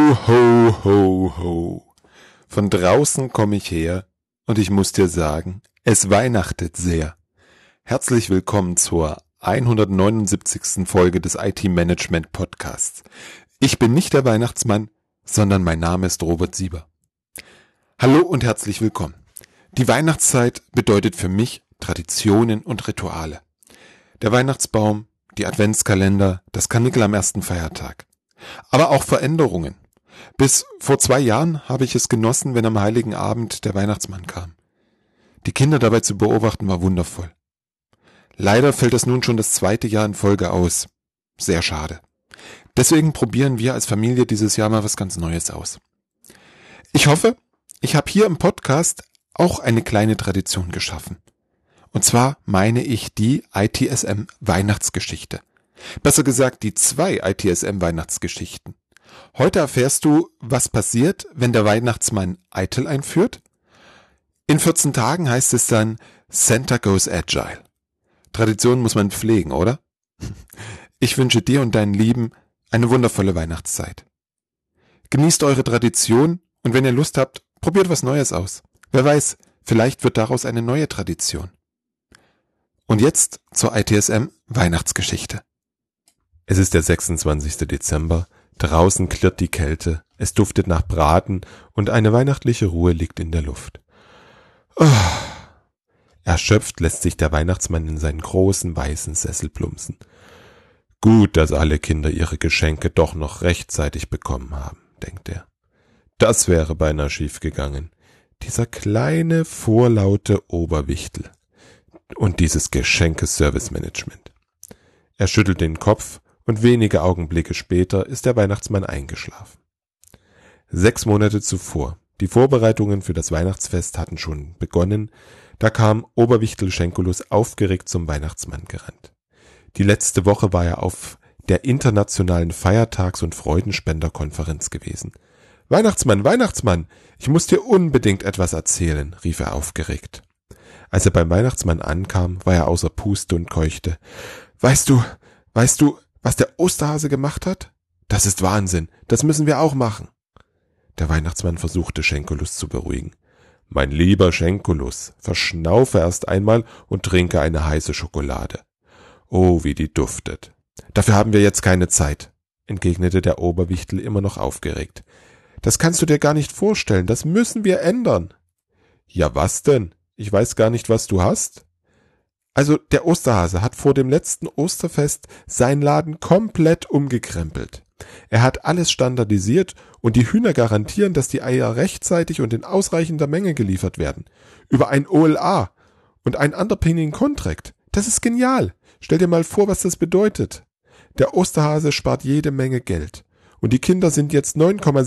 ho, ho, ho. Von draußen komme ich her und ich muss dir sagen, es weihnachtet sehr. Herzlich willkommen zur 179. Folge des IT-Management Podcasts. Ich bin nicht der Weihnachtsmann, sondern mein Name ist Robert Sieber. Hallo und herzlich willkommen. Die Weihnachtszeit bedeutet für mich Traditionen und Rituale. Der Weihnachtsbaum, die Adventskalender, das Karnickel am ersten Feiertag. Aber auch Veränderungen. Bis vor 2 Jahren habe ich es genossen, wenn am Heiligen Abend der Weihnachtsmann kam. Die Kinder dabei zu beobachten war wundervoll. Leider fällt das nun schon das 2. Jahr in Folge aus. Sehr schade. Deswegen probieren wir als Familie dieses Jahr mal was ganz Neues aus. Ich hoffe, ich habe hier im Podcast auch eine kleine Tradition geschaffen. Und zwar meine ich die ITSM Weihnachtsgeschichte. Besser gesagt die 2 ITSM Weihnachtsgeschichten. Heute erfährst du, was passiert, wenn der Weihnachtsmann Eitel einführt. In 14 Tagen heißt es dann Santa Goes Agile. Tradition muss man pflegen, oder? Ich wünsche dir und deinen Lieben eine wundervolle Weihnachtszeit. Genießt eure Tradition und wenn ihr Lust habt, probiert was Neues aus. Wer weiß, vielleicht wird daraus eine neue Tradition. Und jetzt zur ITSM Weihnachtsgeschichte. Es ist der 26. Dezember, draußen klirrt die Kälte, es duftet nach Braten und eine weihnachtliche Ruhe liegt in der Luft. Erschöpft lässt sich der Weihnachtsmann in seinen großen weißen Sessel plumpsen. Gut, dass alle Kinder ihre Geschenke doch noch rechtzeitig bekommen haben, denkt er. Das wäre beinahe schief gegangen. Dieser kleine, vorlaute Oberwichtel. Und dieses Geschenke-Service-Management. Er schüttelt den Kopf und wenige Augenblicke später ist der Weihnachtsmann eingeschlafen. 6 Monate zuvor, die Vorbereitungen für das Weihnachtsfest hatten schon begonnen, da kam Oberwichtel Schenkulus aufgeregt zum Weihnachtsmann gerannt. Die letzte Woche war er auf der internationalen Feiertags- und Freudenspenderkonferenz gewesen. »Weihnachtsmann, Weihnachtsmann, ich muss dir unbedingt etwas erzählen«, rief er aufgeregt. Als er beim Weihnachtsmann ankam, war er außer Puste und keuchte. Weißt du, was der Osterhase gemacht hat? Das ist Wahnsinn, das müssen wir auch machen.« Der Weihnachtsmann versuchte Schenkulus zu beruhigen. »Mein lieber Schenkulus, verschnaufe erst einmal und trinke eine heiße Schokolade. Oh, wie die duftet. Dafür haben wir jetzt keine Zeit«, entgegnete der Oberwichtel immer noch aufgeregt. »Das kannst du dir gar nicht vorstellen, das müssen wir ändern.« »Ja, was denn? Ich weiß gar nicht, was du hast.« »Also, der Osterhase hat vor dem letzten Osterfest seinen Laden komplett umgekrempelt. Er hat alles standardisiert und die Hühner garantieren, dass die Eier rechtzeitig und in ausreichender Menge geliefert werden. Über ein OLA und ein Underpinning Contract. Das ist genial. Stell dir mal vor, was das bedeutet. Der Osterhase spart jede Menge Geld. Und die Kinder sind jetzt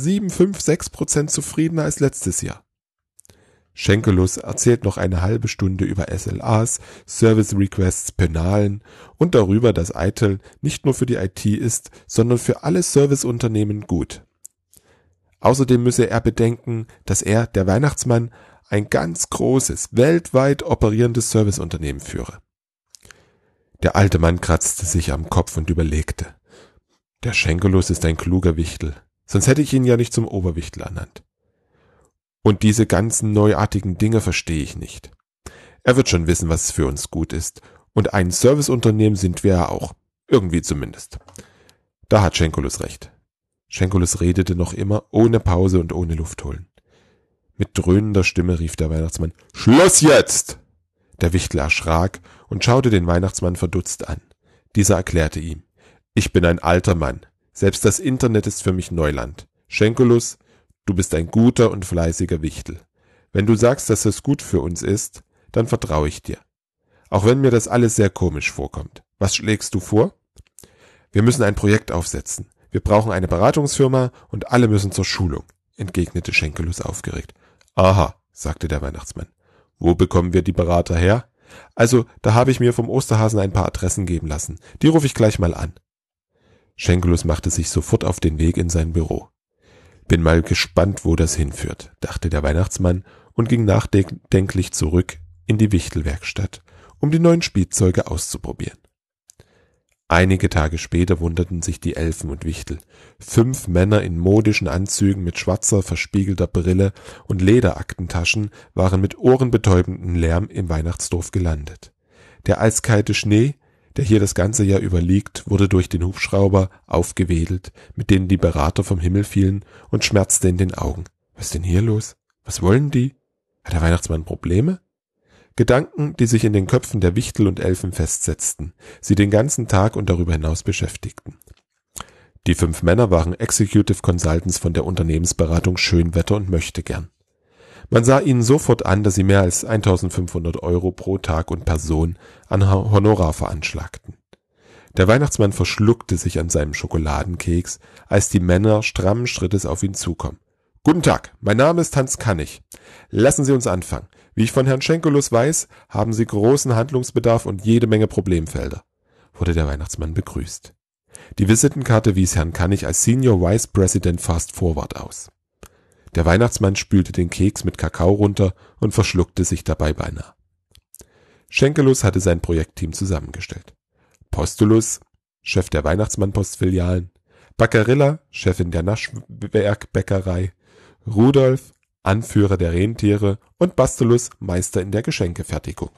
9,756% zufriedener als letztes Jahr.« Schenkulus erzählt noch eine halbe Stunde über SLAs, Service Requests, Penalen und darüber, dass Eitel nicht nur für die IT ist, sondern für alle Serviceunternehmen gut. Außerdem müsse er bedenken, dass er, der Weihnachtsmann, ein ganz großes, weltweit operierendes Serviceunternehmen führe. Der alte Mann kratzte sich am Kopf und überlegte. Der Schenkulus ist ein kluger Wichtel, sonst hätte ich ihn ja nicht zum Oberwichtel ernannt. Und diese ganzen neuartigen Dinge verstehe ich nicht. Er wird schon wissen, was für uns gut ist. Und ein Serviceunternehmen sind wir ja auch. Irgendwie zumindest. Da hat Schenkulus recht. Schenkulus redete noch immer, ohne Pause und ohne Luft holen. Mit dröhnender Stimme rief der Weihnachtsmann, »Schluss jetzt!« Der Wichtel erschrak und schaute den Weihnachtsmann verdutzt an. Dieser erklärte ihm, »Ich bin ein alter Mann. Selbst das Internet ist für mich Neuland. Schenkulus, du bist ein guter und fleißiger Wichtel. Wenn du sagst, dass es gut für uns ist, dann vertraue ich dir. Auch wenn mir das alles sehr komisch vorkommt. Was schlägst du vor?« »Wir müssen ein Projekt aufsetzen. Wir brauchen eine Beratungsfirma und alle müssen zur Schulung«, entgegnete Schenkulus aufgeregt. »Aha«, sagte der Weihnachtsmann. »Wo bekommen wir die Berater her?« »Also, da habe ich mir vom Osterhasen ein paar Adressen geben lassen. Die rufe ich gleich mal an.« Schenkulus machte sich sofort auf den Weg in sein Büro. »Bin mal gespannt, wo das hinführt«, dachte der Weihnachtsmann und ging nachdenklich zurück in die Wichtelwerkstatt, um die neuen Spielzeuge auszuprobieren. Einige Tage später wunderten sich die Elfen und Wichtel. 5 Männer in modischen Anzügen mit schwarzer, verspiegelter Brille und Lederaktentaschen waren mit ohrenbetäubendem Lärm im Weihnachtsdorf gelandet. Der eiskalte Schnee, der hier das ganze Jahr über liegt, wurde durch den Hubschrauber aufgewedelt, mit denen die Berater vom Himmel fielen, und schmerzte in den Augen. Was ist denn hier los? Was wollen die? Hat der Weihnachtsmann Probleme? Gedanken, die sich in den Köpfen der Wichtel und Elfen festsetzten, sie den ganzen Tag und darüber hinaus beschäftigten. Die 5 Männer waren Executive Consultants von der Unternehmensberatung Schönwetter und Möchtegern. Man sah ihnen sofort an, dass sie mehr als 1.500 € pro Tag und Person an Honorar veranschlagten. Der Weihnachtsmann verschluckte sich an seinem Schokoladenkeks, als die Männer strammen Schrittes auf ihn zukommen. »Guten Tag, mein Name ist Hans Kannig. Lassen Sie uns anfangen. Wie ich von Herrn Schenkelus weiß, haben Sie großen Handlungsbedarf und jede Menge Problemfelder«, wurde der Weihnachtsmann begrüßt. Die Visitenkarte wies Herrn Kannig als Senior Vice President Fast Forward aus. Der Weihnachtsmann spülte den Keks mit Kakao runter und verschluckte sich dabei beinahe. Schenkelus hatte sein Projektteam zusammengestellt. Postulus, Chef der Weihnachtsmann-Postfilialen, Baccarilla, Chefin der Naschwerkbäckerei, Rudolf, Anführer der Rentiere, und Bastulus, Meister in der Geschenkefertigung.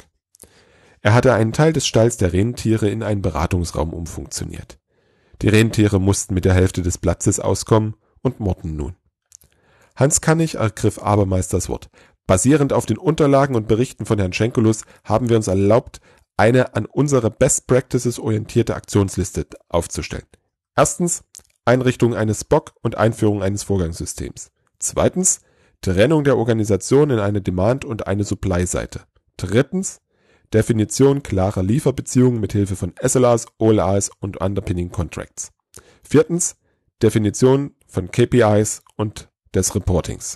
Er hatte einen Teil des Stalls der Rentiere in einen Beratungsraum umfunktioniert. Die Rentiere mussten mit der Hälfte des Platzes auskommen und murrten nun. Hans Kannig ergriff abermals das Wort. Basierend auf den Unterlagen und Berichten von Herrn Schenkelus haben wir uns erlaubt, eine an unsere Best Practices orientierte Aktionsliste aufzustellen. Erstens, Einrichtung eines SPOC und Einführung eines Vorgangssystems. Zweitens, Trennung der Organisation in eine Demand- und eine Supply-Seite. Drittens, Definition klarer Lieferbeziehungen mit Hilfe von SLAs, OLAs und Underpinning Contracts. Viertens, Definition von KPIs und des Reportings.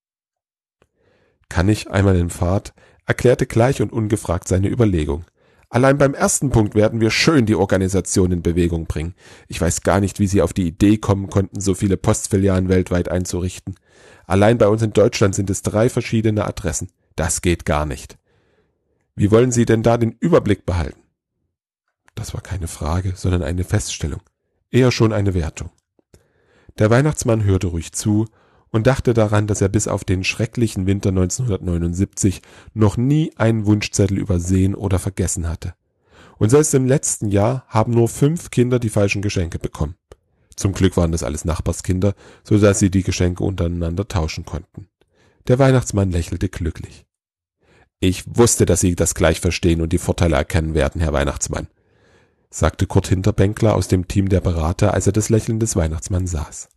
Kannig, einmal in Fahrt, erklärte gleich und ungefragt seine Überlegung. Allein beim ersten Punkt werden wir schön die Organisation in Bewegung bringen. Ich weiß gar nicht, wie Sie auf die Idee kommen konnten, so viele Postfilialen weltweit einzurichten. Allein bei uns in Deutschland sind es 3 verschiedene Adressen. Das geht gar nicht. Wie wollen Sie denn da den Überblick behalten? Das war keine Frage, sondern eine Feststellung. Eher schon eine Wertung. Der Weihnachtsmann hörte ruhig zu und dachte daran, dass er bis auf den schrecklichen Winter 1979 noch nie einen Wunschzettel übersehen oder vergessen hatte. Und selbst im letzten Jahr haben nur 5 Kinder die falschen Geschenke bekommen. Zum Glück waren das alles Nachbarskinder, so dass sie die Geschenke untereinander tauschen konnten. Der Weihnachtsmann lächelte glücklich. »Ich wusste, dass Sie das gleich verstehen und die Vorteile erkennen werden, Herr Weihnachtsmann«, sagte Kurt Hinterbänkler aus dem Team der Berater, als er das Lächeln des Weihnachtsmanns saß.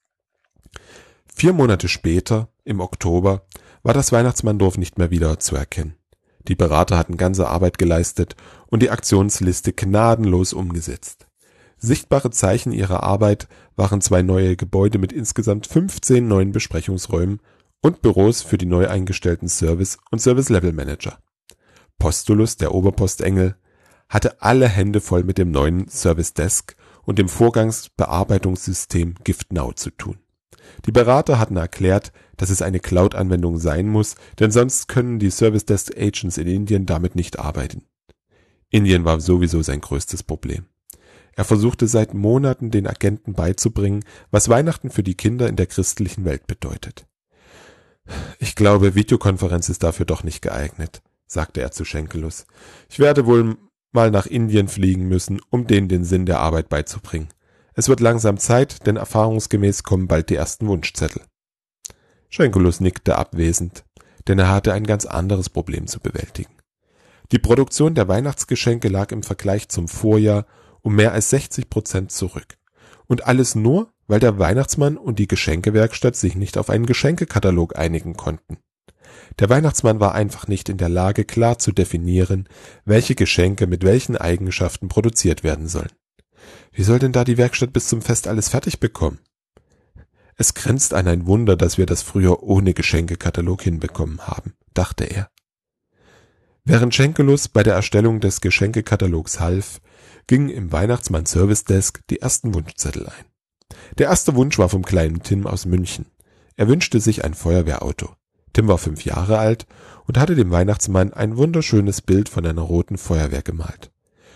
4 Monate später, im Oktober, war das Weihnachtsmanndorf nicht mehr wieder zu erkennen. Die Berater hatten ganze Arbeit geleistet und die Aktionsliste gnadenlos umgesetzt. Sichtbare Zeichen ihrer Arbeit waren 2 neue Gebäude mit insgesamt 15 neuen Besprechungsräumen und Büros für die neu eingestellten Service- und Service-Level-Manager. Postulus, der Oberpostengel, hatte alle Hände voll mit dem neuen Service Desk und dem Vorgangsbearbeitungssystem GiftNow zu tun. Die Berater hatten erklärt, dass es eine Cloud-Anwendung sein muss, denn sonst können die Service Desk Agents in Indien damit nicht arbeiten. Indien war sowieso sein größtes Problem. Er versuchte seit Monaten den Agenten beizubringen, was Weihnachten für die Kinder in der christlichen Welt bedeutet. »Ich glaube, Videokonferenz ist dafür doch nicht geeignet«, sagte er zu Schenkelus. »Ich werde wohl mal nach Indien fliegen müssen, um denen den Sinn der Arbeit beizubringen. Es wird langsam Zeit, denn erfahrungsgemäß kommen bald die ersten Wunschzettel.« Schenkelus nickte abwesend, denn er hatte ein ganz anderes Problem zu bewältigen. Die Produktion der Weihnachtsgeschenke lag im Vergleich zum Vorjahr um mehr als 60% zurück. Und alles nur, weil der Weihnachtsmann und die Geschenkewerkstatt sich nicht auf einen Geschenkekatalog einigen konnten. Der Weihnachtsmann war einfach nicht in der Lage, klar zu definieren, welche Geschenke mit welchen Eigenschaften produziert werden sollen. Wie soll denn da die Werkstatt bis zum Fest alles fertig bekommen? Es grenzt an ein Wunder, dass wir das früher ohne Geschenkekatalog hinbekommen haben, dachte er. Während Schenkelus bei der Erstellung des Geschenkekatalogs half, gingen im Weihnachtsmann Service Desk die ersten Wunschzettel ein. Der erste Wunsch war vom kleinen Tim aus München. Er wünschte sich ein Feuerwehrauto. Tim war 5 Jahre alt und hatte dem Weihnachtsmann ein wunderschönes Bild von einer roten Feuerwehr gemalt.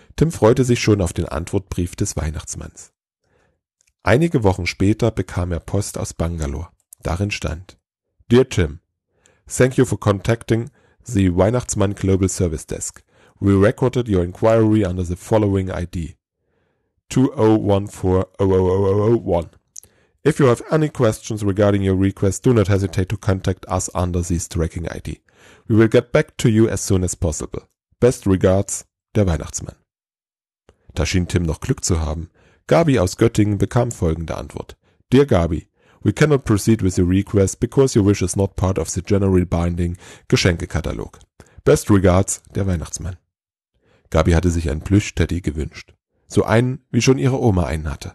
Tim freute sich schon auf den Antwortbrief des Weihnachtsmanns. Einige Wochen später bekam er Post aus Bangalore. Darin stand: Dear Tim, thank you for contacting the Weihnachtsmann Global Service Desk. We recorded your inquiry under the following ID: 2014000001. If you have any questions regarding your request, do not hesitate to contact us under this tracking ID. We will get back to you as soon as possible. Best regards, der Weihnachtsmann. Da schien Tim noch Glück zu haben. Gabi aus Göttingen bekam folgende Antwort: Dear Gabi, we cannot proceed with your request because your wish is not part of the generally binding Geschenkekatalog. Best regards, der Weihnachtsmann. Gabi hatte sich einen Plüsch-Teddy gewünscht. So einen, wie schon ihre Oma einen hatte.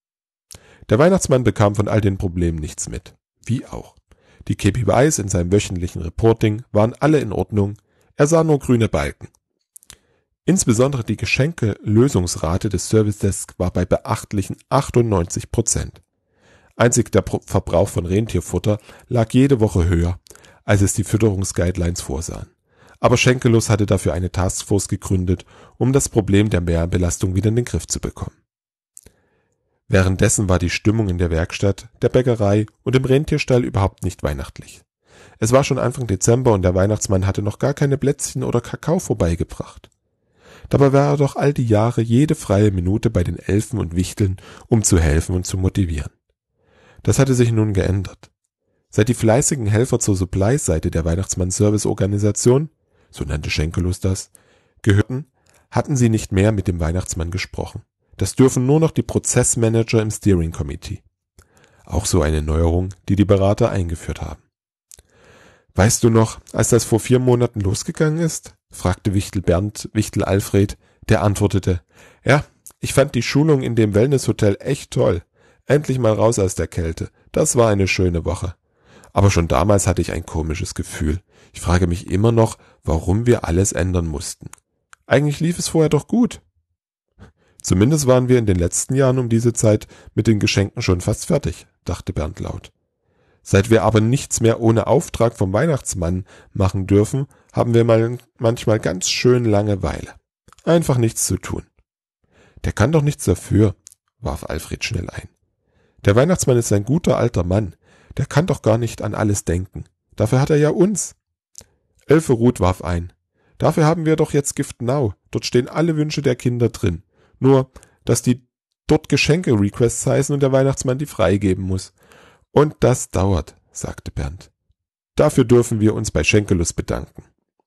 Der Weihnachtsmann bekam von all den Problemen nichts mit. Wie auch. Die KPIs in seinem wöchentlichen Reporting waren alle in Ordnung, er sah nur grüne Balken. Insbesondere die Geschenke-Lösungsrate des Service Desk war bei beachtlichen 98%. Einzig der Verbrauch von Rentierfutter lag jede Woche höher, als es die Fütterungsguidelines vorsahen. Aber Schenkelus hatte dafür eine Taskforce gegründet, um das Problem der Mehrbelastung wieder in den Griff zu bekommen. Währenddessen war die Stimmung in der Werkstatt, der Bäckerei und im Rentierstall überhaupt nicht weihnachtlich. Es war schon Anfang Dezember und der Weihnachtsmann hatte noch gar keine Plätzchen oder Kakao vorbeigebracht. Dabei war er doch all die Jahre jede freie Minute bei den Elfen und Wichteln, um zu helfen und zu motivieren. Das hatte sich nun geändert. Seit die fleißigen Helfer zur Supply-Seite der Weihnachtsmann-Service-Organisation, so nannte Schenkelus das, gehörten, hatten sie nicht mehr mit dem Weihnachtsmann gesprochen. Das dürfen nur noch die Prozessmanager im Steering Committee. Auch so eine Neuerung, die die Berater eingeführt haben. Weißt du noch, als das vor 4 Monaten losgegangen ist? Fragte Wichtel Bernd Wichtel Alfred, der antwortete: Ja, ich fand die Schulung in dem Wellnesshotel echt toll. Endlich mal raus aus der Kälte. Das war eine schöne Woche. Aber schon damals hatte ich ein komisches Gefühl. Ich frage mich immer noch, warum wir alles ändern mussten. Eigentlich lief es vorher doch gut. Zumindest waren wir in den letzten Jahren um diese Zeit mit den Geschenken schon fast fertig, dachte Bernd laut. Seit wir aber nichts mehr ohne Auftrag vom Weihnachtsmann machen dürfen, haben wir manchmal ganz schön Langeweile. Einfach nichts zu tun. Der kann doch nichts dafür, warf Alfred schnell ein. Der Weihnachtsmann ist ein guter alter Mann. Der kann doch gar nicht an alles denken. Dafür hat er ja uns. Elfe Ruth warf ein. Dafür haben wir doch jetzt Gift Now. Dort stehen alle Wünsche der Kinder drin. Nur, dass die dort Geschenke-Requests heißen und der Weihnachtsmann die freigeben muss. Und das dauert, sagte Bernd. Dafür dürfen wir uns bei Schenkelus bedanken.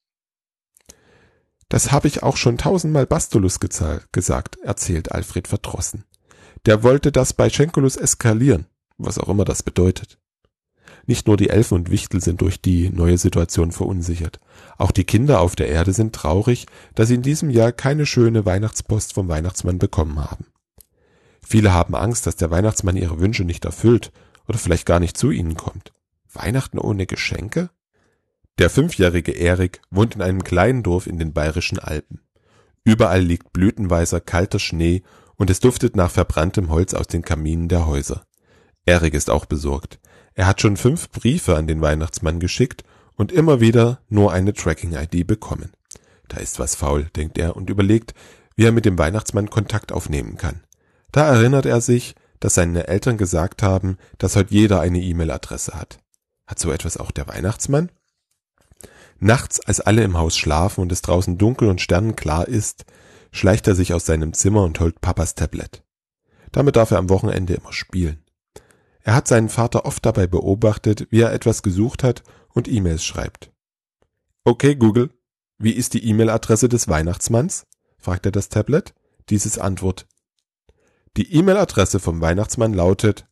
Das habe ich auch schon 1000-mal Bastulus gesagt, erzählt Alfred verdrossen. Der wollte das bei Schenkelus eskalieren, was auch immer das bedeutet. Nicht nur die Elfen und Wichtel sind durch die neue Situation verunsichert. Auch die Kinder auf der Erde sind traurig, dass sie in diesem Jahr keine schöne Weihnachtspost vom Weihnachtsmann bekommen haben. Viele haben Angst, dass der Weihnachtsmann ihre Wünsche nicht erfüllt oder vielleicht gar nicht zu ihnen kommt. Weihnachten ohne Geschenke? Der 5-jährige Erik wohnt in einem kleinen Dorf in den Bayerischen Alpen. Überall liegt blütenweißer, kalter Schnee und es duftet nach verbranntem Holz aus den Kaminen der Häuser. Erik ist auch besorgt. Er hat schon 5 Briefe an den Weihnachtsmann geschickt und immer wieder nur eine Tracking-ID bekommen. Da ist was faul, denkt er und überlegt, wie er mit dem Weihnachtsmann Kontakt aufnehmen kann. Da erinnert er sich, dass seine Eltern gesagt haben, dass heute jeder eine E-Mail-Adresse hat. Hat so etwas auch der Weihnachtsmann? Nachts, als alle im Haus schlafen und es draußen dunkel und sternenklar ist, schleicht er sich aus seinem Zimmer und holt Papas Tablet. Damit darf er am Wochenende immer spielen. Er hat seinen Vater oft dabei beobachtet, wie er etwas gesucht hat und E-Mails schreibt. Okay, Google, wie ist die E-Mail-Adresse des Weihnachtsmanns? Fragt er das Tablet. Dieses Antwort. Die E-Mail-Adresse vom Weihnachtsmann lautet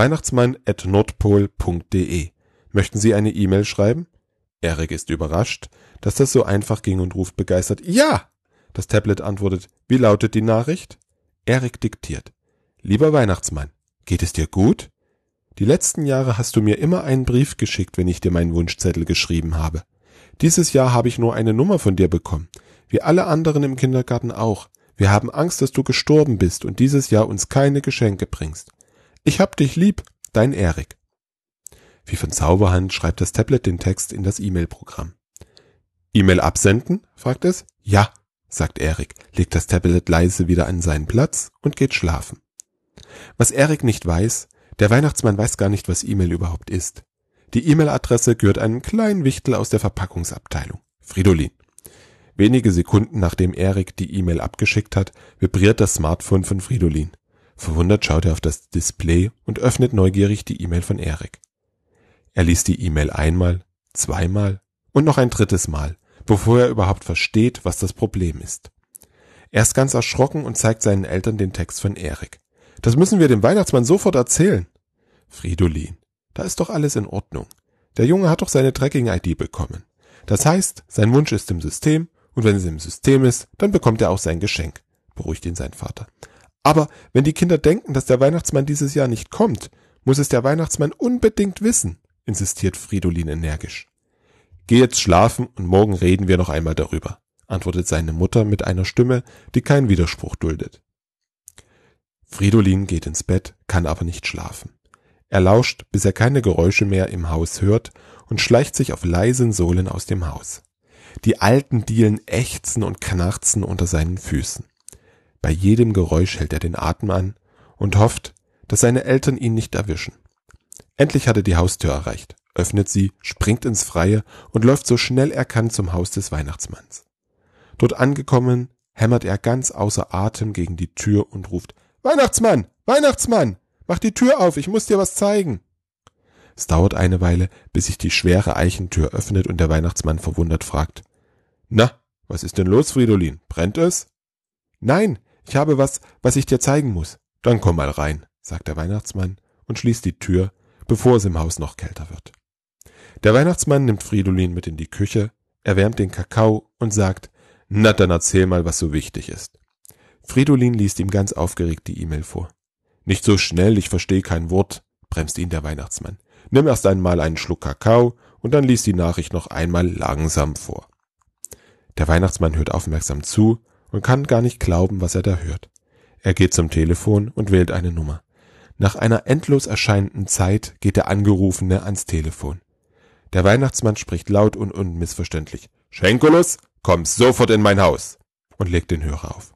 weihnachtsmann@nordpol.de. Möchten Sie eine E-Mail schreiben? Erik ist überrascht, dass das so einfach ging und ruft begeistert: Ja! Das Tablet antwortet: Wie lautet die Nachricht? Erik diktiert: Lieber Weihnachtsmann, geht es dir gut? Die letzten Jahre hast du mir immer einen Brief geschickt, wenn ich dir meinen Wunschzettel geschrieben habe. Dieses Jahr habe ich nur eine Nummer von dir bekommen, wie alle anderen im Kindergarten auch. Wir haben Angst, dass du gestorben bist und dieses Jahr uns keine Geschenke bringst. Ich hab dich lieb, dein Erik. Wie von Zauberhand schreibt das Tablet den Text in das E-Mail-Programm. E-Mail absenden? Fragt es. Ja, sagt Erik, legt das Tablet leise wieder an seinen Platz und geht schlafen. Was Erik nicht weiß, der Weihnachtsmann weiß gar nicht, was E-Mail überhaupt ist. Die E-Mail-Adresse gehört einem kleinen Wichtel aus der Verpackungsabteilung, Fridolin. Wenige Sekunden nachdem Erik die E-Mail abgeschickt hat, vibriert das Smartphone von Fridolin. Verwundert schaut er auf das Display und öffnet neugierig die E-Mail von Erik. Er liest die E-Mail einmal, zweimal und noch ein drittes Mal, bevor er überhaupt versteht, was das Problem ist. Er ist ganz erschrocken und zeigt seinen Eltern den Text von Erik. Das müssen wir dem Weihnachtsmann sofort erzählen. Fridolin, da ist doch alles in Ordnung. Der Junge hat doch seine Tracking-ID bekommen. Das heißt, sein Wunsch ist im System und wenn es im System ist, dann bekommt er auch sein Geschenk, beruhigt ihn sein Vater. Aber wenn die Kinder denken, dass der Weihnachtsmann dieses Jahr nicht kommt, muss es der Weihnachtsmann unbedingt wissen, insistiert Fridolin energisch. Geh jetzt schlafen und morgen reden wir noch einmal darüber, antwortet seine Mutter mit einer Stimme, die keinen Widerspruch duldet. Fridolin geht ins Bett, kann aber nicht schlafen. Er lauscht, bis er keine Geräusche mehr im Haus hört und schleicht sich auf leisen Sohlen aus dem Haus. Die alten Dielen ächzen und knarzen unter seinen Füßen. Bei jedem Geräusch hält er den Atem an und hofft, dass seine Eltern ihn nicht erwischen. Endlich hat er die Haustür erreicht, öffnet sie, springt ins Freie und läuft so schnell er kann zum Haus des Weihnachtsmanns. Dort angekommen, hämmert er ganz außer Atem gegen die Tür und ruft: »Weihnachtsmann! Weihnachtsmann! Mach die Tür auf, ich muss dir was zeigen!« Es dauert eine Weile, bis sich die schwere Eichentür öffnet und der Weihnachtsmann verwundert fragt: »Na, was ist denn los, Fridolin? Brennt es?« »Nein, ich habe was ich dir zeigen muss.« »Dann komm mal rein«, sagt der Weihnachtsmann und schließt die Tür, bevor es im Haus noch kälter wird. Der Weihnachtsmann nimmt Fridolin mit in die Küche, erwärmt den Kakao und sagt: »Na, dann erzähl mal, was so wichtig ist.« Fridolin liest ihm ganz aufgeregt die E-Mail vor. »Nicht so schnell, ich verstehe kein Wort«, bremst ihn der Weihnachtsmann. »Nimm erst einmal einen Schluck Kakao und dann lies die Nachricht noch einmal langsam vor.« Der Weihnachtsmann hört aufmerksam zu und kann gar nicht glauben, was er da hört. Er geht zum Telefon und wählt eine Nummer. Nach einer endlos erscheinenden Zeit geht der Angerufene ans Telefon. Der Weihnachtsmann spricht laut und unmissverständlich: »Schenkulus, komm sofort in mein Haus!« und legt den Hörer auf.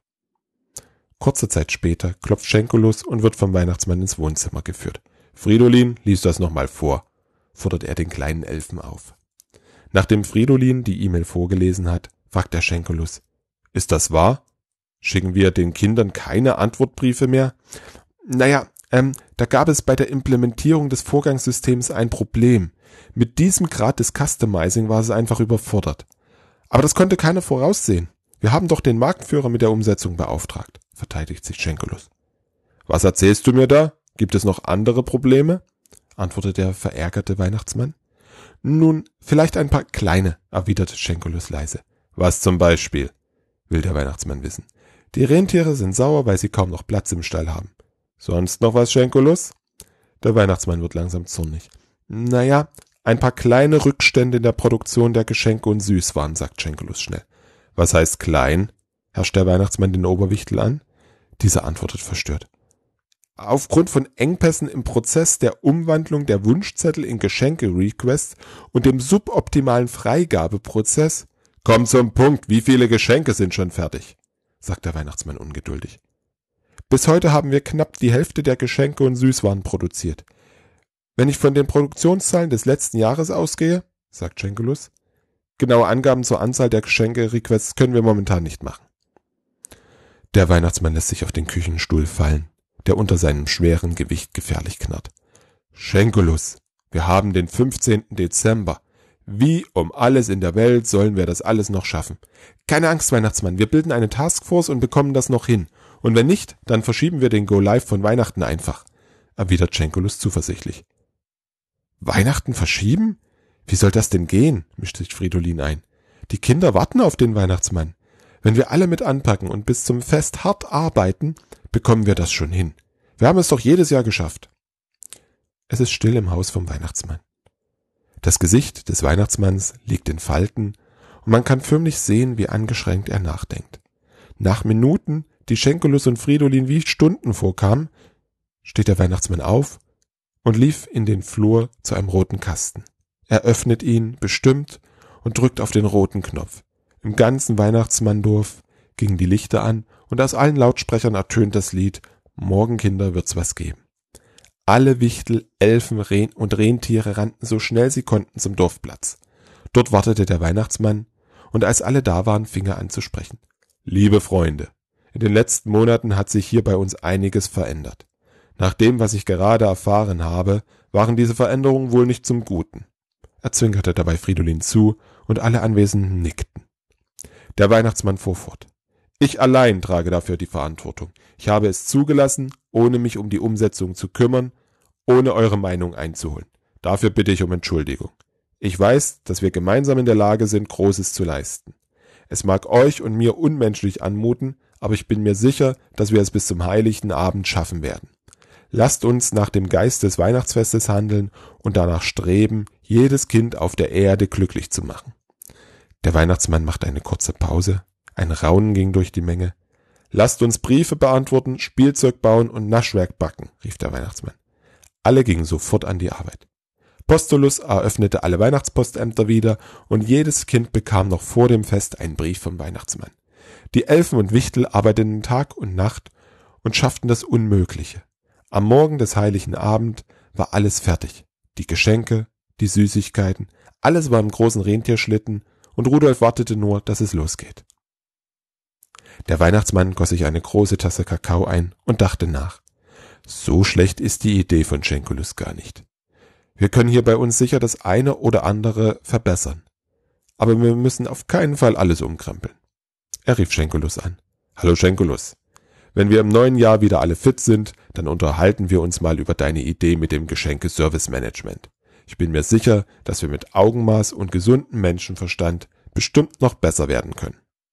Kurze Zeit später klopft Schenkulus und wird vom Weihnachtsmann ins Wohnzimmer geführt. »Fridolin, lies das nochmal vor«, fordert er den kleinen Elfen auf. Nachdem Fridolin die E-Mail vorgelesen hat, fragt der Schenkulus: »Ist das wahr? Schicken wir den Kindern keine Antwortbriefe mehr?« »Naja, da gab es bei der Implementierung des Vorgangssystems ein Problem. Mit diesem Grad des Customizing war es einfach überfordert. Aber das konnte keiner voraussehen. Wir haben doch den Marktführer mit der Umsetzung beauftragt«, verteidigt sich Schenkulus. »Was erzählst du mir da? Gibt es noch andere Probleme?«, antwortet der verärgerte Weihnachtsmann. »Nun, vielleicht ein paar kleine«, erwidert Schenkulus leise. »Was zum Beispiel?«, will der Weihnachtsmann wissen. »Die Rentiere sind sauer, weil sie kaum noch Platz im Stall haben.« »Sonst noch was, Schenkulus?«, Der Weihnachtsmann wird langsam zornig. »Naja, ein paar kleine Rückstände in der Produktion der Geschenke und Süßwaren«, sagt Schenkulus schnell. »Was heißt klein?«, herrscht der Weihnachtsmann den Oberwichtel an. Dieser antwortet verstört. »Aufgrund von Engpässen im Prozess der Umwandlung der Wunschzettel in Geschenke-Requests und dem suboptimalen Freigabeprozess.« »Komm zum Punkt, wie viele Geschenke sind schon fertig?«, sagt der Weihnachtsmann ungeduldig. »Bis heute haben wir knapp die Hälfte der Geschenke und Süßwaren produziert. Wenn ich von den Produktionszahlen des letzten Jahres ausgehe«, sagt Schenkulus. »Genaue Angaben zur Anzahl der Geschenke-Requests können wir momentan nicht machen.« Der Weihnachtsmann lässt sich auf den Küchenstuhl fallen, der unter seinem schweren Gewicht gefährlich knarrt. »Schenkulus, wir haben den 15. Dezember. Wie um alles in der Welt sollen wir das alles noch schaffen?« »Keine Angst, Weihnachtsmann, wir bilden eine Taskforce und bekommen das noch hin. Und wenn nicht, dann verschieben wir den Go-Live von Weihnachten einfach«, erwidert Schenkulus zuversichtlich. »Weihnachten verschieben? Wie soll das denn gehen?«, mischt sich Fridolin ein. »Die Kinder warten auf den Weihnachtsmann. Wenn wir alle mit anpacken und bis zum Fest hart arbeiten, bekommen wir das schon hin. Wir haben es doch jedes Jahr geschafft.« Es ist still im Haus vom Weihnachtsmann. Das Gesicht des Weihnachtsmanns liegt in Falten und man kann förmlich sehen, wie angeschränkt er nachdenkt. Nach Minuten, die Schenkulus und Fridolin wie Stunden vorkamen, steht der Weihnachtsmann auf und lief in den Flur zu einem roten Kasten. Er öffnet ihn bestimmt und drückt auf den roten Knopf. Im ganzen Weihnachtsmanndorf gingen die Lichter an und aus allen Lautsprechern ertönt das Lied »Morgen, Kinder, wird's was geben«. Alle Wichtel, Elfen und Rentiere rannten so schnell sie konnten zum Dorfplatz. Dort wartete der Weihnachtsmann, und als alle da waren, fing er an zu sprechen. »Liebe Freunde, in den letzten Monaten hat sich hier bei uns einiges verändert. Nach dem, was ich gerade erfahren habe, waren diese Veränderungen wohl nicht zum Guten.« Er zwinkerte dabei Fridolin zu, und alle Anwesenden nickten. Der Weihnachtsmann fuhr fort. »Ich allein trage dafür die Verantwortung. Ich habe es zugelassen, ohne mich um die Umsetzung zu kümmern, ohne eure Meinung einzuholen. Dafür bitte ich um Entschuldigung. Ich weiß, dass wir gemeinsam in der Lage sind, Großes zu leisten. Es mag euch und mir unmenschlich anmuten, aber ich bin mir sicher, dass wir es bis zum heiligen Abend schaffen werden. Lasst uns nach dem Geist des Weihnachtsfestes handeln und danach streben, jedes Kind auf der Erde glücklich zu machen.« Der Weihnachtsmann machte eine kurze Pause. Ein Raunen ging durch die Menge. »Lasst uns Briefe beantworten, Spielzeug bauen und Naschwerk backen«, rief der Weihnachtsmann. Alle gingen sofort an die Arbeit. Postulus eröffnete alle Weihnachtspostämter wieder und jedes Kind bekam noch vor dem Fest einen Brief vom Weihnachtsmann. Die Elfen und Wichtel arbeiteten Tag und Nacht und schafften das Unmögliche. Am Morgen des heiligen Abend war alles fertig. Die Geschenke, die Süßigkeiten, alles war im großen Rentierschlitten und Rudolf wartete nur, dass es losgeht. Der Weihnachtsmann goss sich eine große Tasse Kakao ein und dachte nach. So schlecht ist die Idee von Schenkulus gar nicht. Wir können hier bei uns sicher das eine oder andere verbessern. Aber wir müssen auf keinen Fall alles umkrempeln. Er rief Schenkulus an. »Hallo Schenkulus. Wenn wir im neuen Jahr wieder alle fit sind, dann unterhalten wir uns mal über deine Idee mit dem Geschenke-Service-Management. Ich bin mir sicher, dass wir mit Augenmaß und gesundem Menschenverstand bestimmt noch besser werden können.«